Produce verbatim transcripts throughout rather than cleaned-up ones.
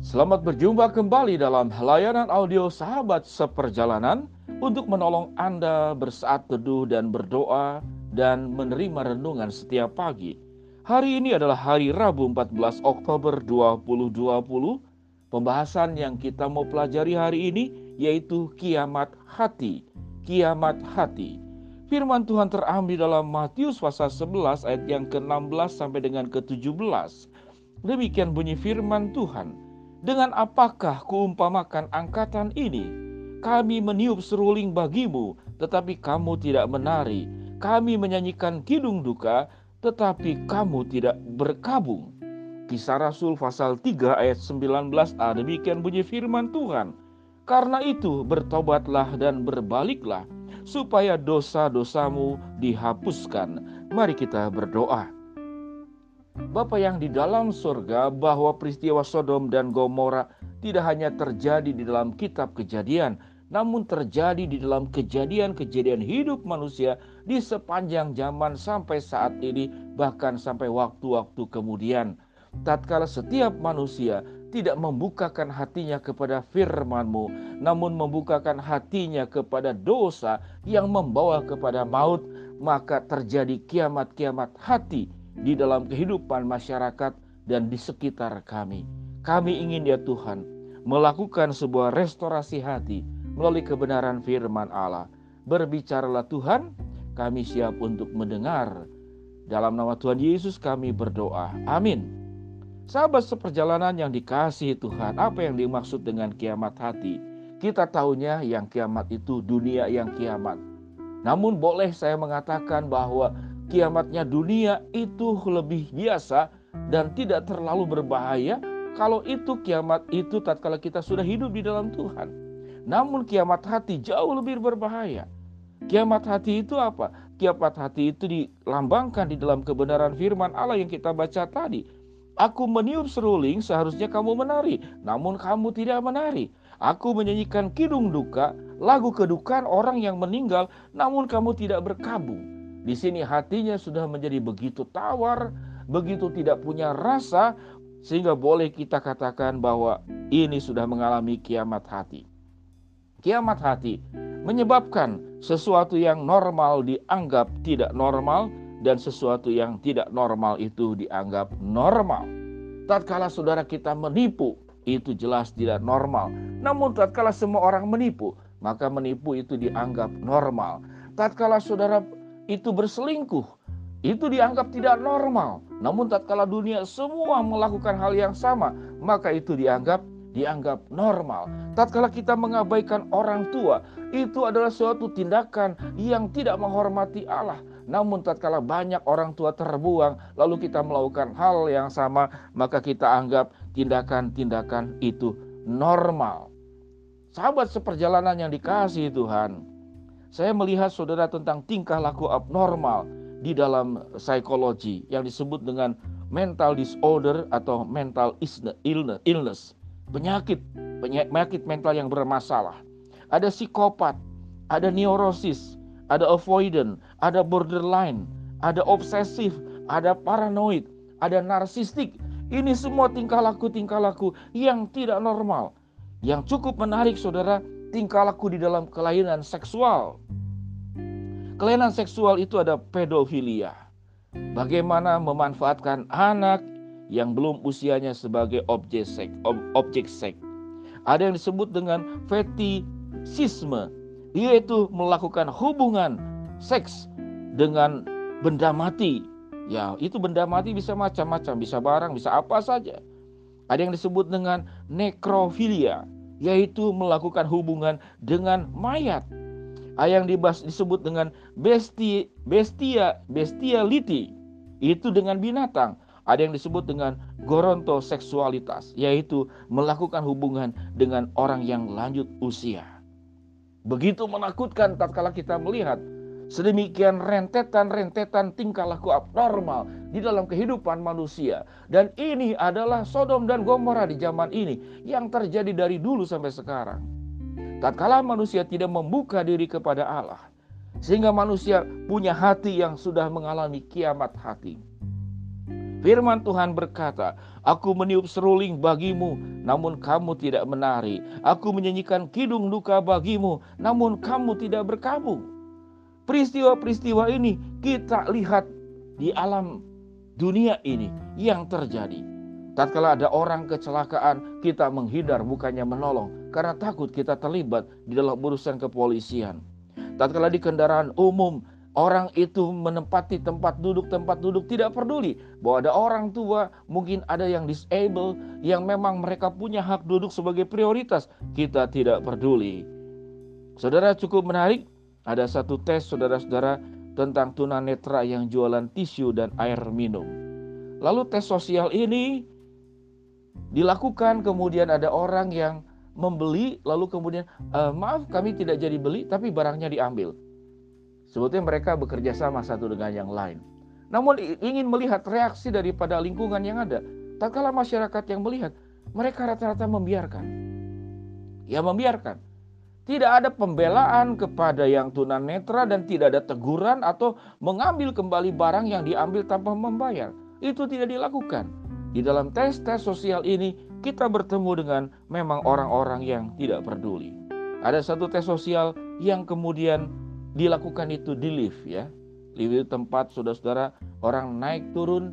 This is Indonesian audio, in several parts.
Selamat berjumpa kembali dalam layanan audio Sahabat Seperjalanan untuk menolong Anda bersaat teduh dan berdoa dan menerima renungan setiap pagi. Hari ini adalah hari Rabu empat belas Oktober dua ribu dua puluh. Pembahasan yang kita mau pelajari hari ini yaitu kiamat hati. Kiamat hati. Firman Tuhan terambil dalam Matius pasal sebelas ayat yang ke enam belas sampai dengan ke tujuh belas. Demikian bunyi firman Tuhan. Dengan apakah kuumpamakan angkatan ini? Kami meniup seruling bagimu, tetapi kamu tidak menari. Kami menyanyikan kidung duka, tetapi kamu tidak berkabung. Kisah Rasul pasal tiga ayat sembilan belas a, demikian bunyi firman Tuhan. Karena itu bertobatlah dan berbaliklah, supaya dosa-dosamu dihapuskan. Mari kita berdoa. Bapa yang di dalam surga, bahwa peristiwa Sodom dan Gomora tidak hanya terjadi di dalam kitab Kejadian, namun terjadi di dalam kejadian-kejadian hidup manusia di sepanjang zaman sampai saat ini, bahkan sampai waktu-waktu kemudian. Tatkala setiap manusia tidak membukakan hatinya kepada firman-Mu, namun membukakan hatinya kepada dosa yang membawa kepada maut, maka terjadi kiamat-kiamat hati di dalam kehidupan masyarakat dan di sekitar kami. Kami ingin ya Tuhan melakukan sebuah restorasi hati melalui kebenaran firman Allah. Berbicaralah Tuhan, kami siap untuk mendengar. Dalam nama Tuhan Yesus kami berdoa. Amin. Sahabat seperjalanan yang dikasihi Tuhan, apa yang dimaksud dengan kiamat hati? Kita tahunya yang kiamat itu dunia yang kiamat. Namun boleh saya mengatakan bahwa kiamatnya dunia itu lebih biasa dan tidak terlalu berbahaya kalau itu kiamat itu tatkala kita sudah hidup di dalam Tuhan. Namun kiamat hati jauh lebih berbahaya. Kiamat hati itu apa? Kiamat hati itu dilambangkan di dalam kebenaran firman Allah yang kita baca tadi. Aku meniup seruling, seharusnya kamu menari, namun kamu tidak menari. Aku menyanyikan kidung duka, lagu kedukaan orang yang meninggal, namun kamu tidak berkabung. Di sini hatinya sudah menjadi begitu tawar, begitu tidak punya rasa, sehingga boleh kita katakan bahwa ini sudah mengalami kiamat hati. Kiamat hati menyebabkan sesuatu yang normal dianggap tidak normal, dan sesuatu yang tidak normal itu dianggap normal. Tatkala saudara kita menipu, itu jelas tidak normal. Namun tatkala semua orang menipu, maka menipu itu dianggap normal. Tatkala saudara itu berselingkuh, itu dianggap tidak normal. Namun tatkala dunia semua melakukan hal yang sama, maka itu dianggap dianggap normal. Tatkala kita mengabaikan orang tua, itu adalah suatu tindakan yang tidak menghormati Allah. Namun tatkala banyak orang tua terbuang, lalu kita melakukan hal yang sama, maka kita anggap tindakan-tindakan itu normal. Sahabat seperjalanan yang dikasihi Tuhan, saya melihat saudara tentang tingkah laku abnormal di dalam psikologi yang disebut dengan mental disorder atau mental illness, penyakit, penyakit mental yang bermasalah. Ada psikopat, ada neurosis, ada avoidant, ada borderline, ada obsesif, ada paranoid, ada narsistik. Ini semua tingkah laku-tingkah laku yang tidak normal. Yang cukup menarik saudara, tingkah laku di dalam kelainan seksual. Kelainan seksual itu ada pedofilia. Bagaimana memanfaatkan anak yang belum usianya sebagai objek seks. Objek seks. Ada yang disebut dengan fetishisme, yaitu melakukan hubungan seks dengan benda mati. Ya, itu benda mati bisa macam-macam, bisa barang, bisa apa saja. Ada yang disebut dengan nekrofilia, yaitu melakukan hubungan dengan mayat. Ada yang dibahas, disebut dengan besti, bestia, bestiality, itu dengan binatang. Ada yang disebut dengan gerontoseksualitas, yaitu melakukan hubungan dengan orang yang lanjut usia. Begitu menakutkan tatkala kita melihat sedemikian rentetan-rentetan tingkah laku abnormal di dalam kehidupan manusia. Dan ini adalah Sodom dan Gomora di zaman ini yang terjadi dari dulu sampai sekarang. Tatkala manusia tidak membuka diri kepada Allah, sehingga manusia punya hati yang sudah mengalami kiamat hati. Firman Tuhan berkata, aku meniup seruling bagimu, namun kamu tidak menari. Aku menyanyikan kidung duka bagimu, namun kamu tidak berkabung. Peristiwa-peristiwa ini kita lihat di alam dunia ini yang terjadi. Tatkala ada orang kecelakaan, kita menghindar bukannya menolong, karena takut kita terlibat di dalam urusan kepolisian. Tatkala di kendaraan umum, orang itu menempati tempat duduk-tempat duduk tidak peduli bahwa ada orang tua, mungkin ada yang disable, yang memang mereka punya hak duduk sebagai prioritas. Kita tidak peduli. Saudara, cukup menarik, ada satu tes saudara-saudara tentang tunanetra yang jualan tisu dan air minum. Lalu tes sosial ini dilakukan, kemudian ada orang yang membeli, lalu kemudian e, maaf kami tidak jadi beli, tapi barangnya diambil. Sebetulnya mereka bekerja sama satu dengan yang lain. Namun ingin melihat reaksi daripada lingkungan yang ada. Tatkala masyarakat yang melihat, mereka rata-rata membiarkan. Ya membiarkan. Tidak ada pembelaan kepada yang tunanetra dan tidak ada teguran atau mengambil kembali barang yang diambil tanpa membayar. Itu tidak dilakukan. Di dalam tes-tes sosial ini kita bertemu dengan memang orang-orang yang tidak peduli. Ada satu tes sosial yang kemudian dilakukan itu di lift ya. Lift itu tempat saudara-saudara orang naik turun,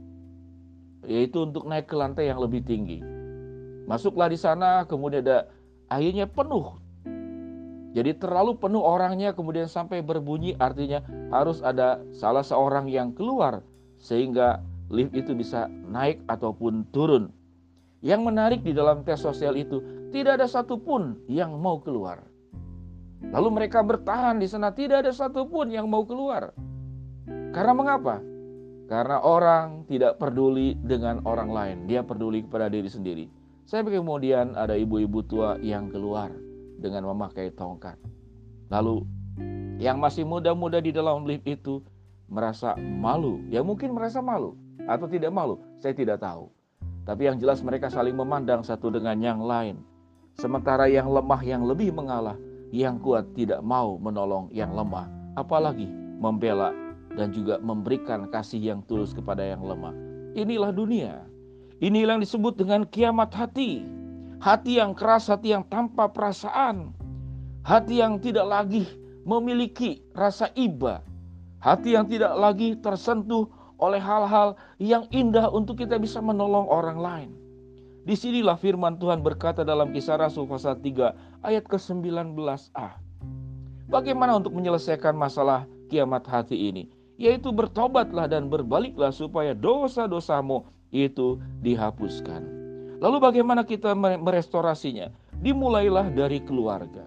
yaitu untuk naik ke lantai yang lebih tinggi. Masuklah di sana, kemudian ada akhirnya penuh. Jadi terlalu penuh orangnya, kemudian sampai berbunyi, artinya harus ada salah seorang yang keluar sehingga lift itu bisa naik ataupun turun. Yang menarik di dalam tes sosial itu, tidak ada satupun yang mau keluar. Lalu mereka bertahan di sana, tidak ada satupun yang mau keluar. Karena mengapa? Karena orang tidak peduli dengan orang lain, dia peduli kepada diri sendiri. Saya kemudian ada ibu-ibu tua yang keluar dengan memakai tongkat. Lalu yang masih muda-muda di dalam lift itu merasa malu. Ya mungkin merasa malu atau tidak malu, saya tidak tahu. Tapi yang jelas mereka saling memandang satu dengan yang lain. Sementara yang lemah yang lebih mengalah, yang kuat tidak mau menolong yang lemah, apalagi membela dan juga memberikan kasih yang tulus kepada yang lemah. Inilah dunia. Inilah yang disebut dengan kiamat hati. Hati yang keras, hati yang tanpa perasaan. Hati yang tidak lagi memiliki rasa iba. Hati yang tidak lagi tersentuh oleh hal-hal yang indah untuk kita bisa menolong orang lain. Disinilah firman Tuhan berkata dalam Kisah Rasul pasal tiga ayat ke sembilan belas a. Bagaimana untuk menyelesaikan masalah kiamat hati ini? Yaitu bertobatlah dan berbaliklah supaya dosa-dosamu itu dihapuskan. Lalu bagaimana kita merestorasinya? Dimulailah dari keluarga.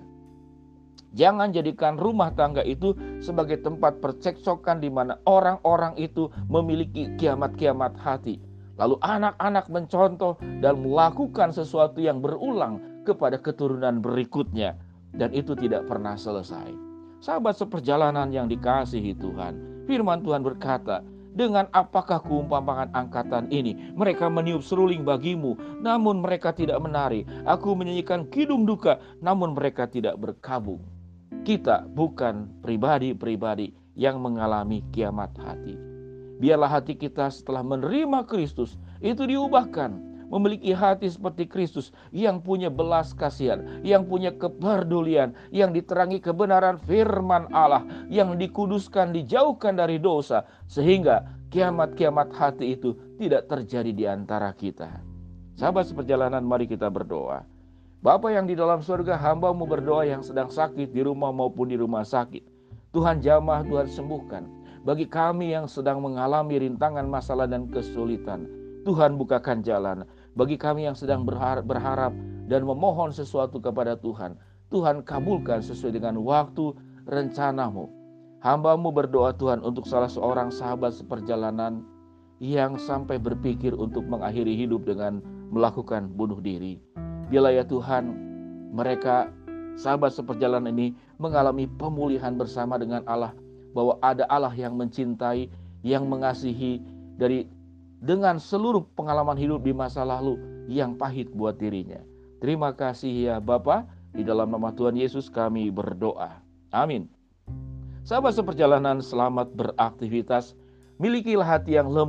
Jangan jadikan rumah tangga itu sebagai tempat percekcokan di mana orang-orang itu memiliki kiamat-kiamat hati. Lalu anak-anak mencontoh dan melakukan sesuatu yang berulang kepada keturunan berikutnya. Dan itu tidak pernah selesai. Sahabat seperjalanan yang dikasihi Tuhan, firman Tuhan berkata, dengan apakah keumpamaan angkatan ini? Mereka meniup seruling bagimu, namun mereka tidak menari. Aku menyanyikan kidung duka, namun mereka tidak berkabung. Kita bukan pribadi-pribadi yang mengalami kiamat hati. Biarlah hati kita setelah menerima Kristus itu diubahkan, memiliki hati seperti Kristus yang punya belas kasihan, yang punya kepedulian, yang diterangi kebenaran firman Allah, yang dikuduskan, dijauhkan dari dosa, sehingga kiamat-kiamat hati itu tidak terjadi di antara kita. Sahabat seperjalanan, mari kita berdoa. Bapa yang di dalam surga, hamba-Mu berdoa yang sedang sakit di rumah maupun di rumah sakit. Tuhan jamah, Tuhan sembuhkan. Bagi kami yang sedang mengalami rintangan, masalah dan kesulitan, Tuhan bukakan jalan. Bagi kami yang sedang berharap, berharap dan memohon sesuatu kepada Tuhan, Tuhan kabulkan sesuai dengan waktu rencana-Mu. Hamba-Mu berdoa Tuhan untuk salah seorang sahabat seperjalanan yang sampai berpikir untuk mengakhiri hidup dengan melakukan bunuh diri. Biarlah ya Tuhan, mereka sahabat seperjalanan ini mengalami pemulihan bersama dengan Allah, bahwa ada Allah yang mencintai, yang mengasihi dari dengan seluruh pengalaman hidup di masa lalu yang pahit buat dirinya. Terima kasih ya Bapa, di dalam nama Tuhan Yesus kami berdoa. Amin. Sahabat seperjalanan, selamat beraktivitas. Milikilah hati yang lembut,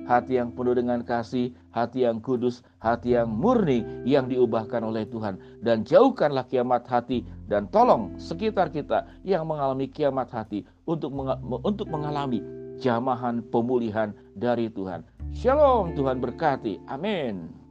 hati yang penuh dengan kasih, hati yang kudus, hati yang murni yang diubahkan oleh Tuhan. Dan jauhkanlah kiamat hati, dan tolong sekitar kita yang mengalami kiamat hati untuk untuk mengalami jamahan pemulihan dari Tuhan. Shalom, Tuhan berkati. Amin.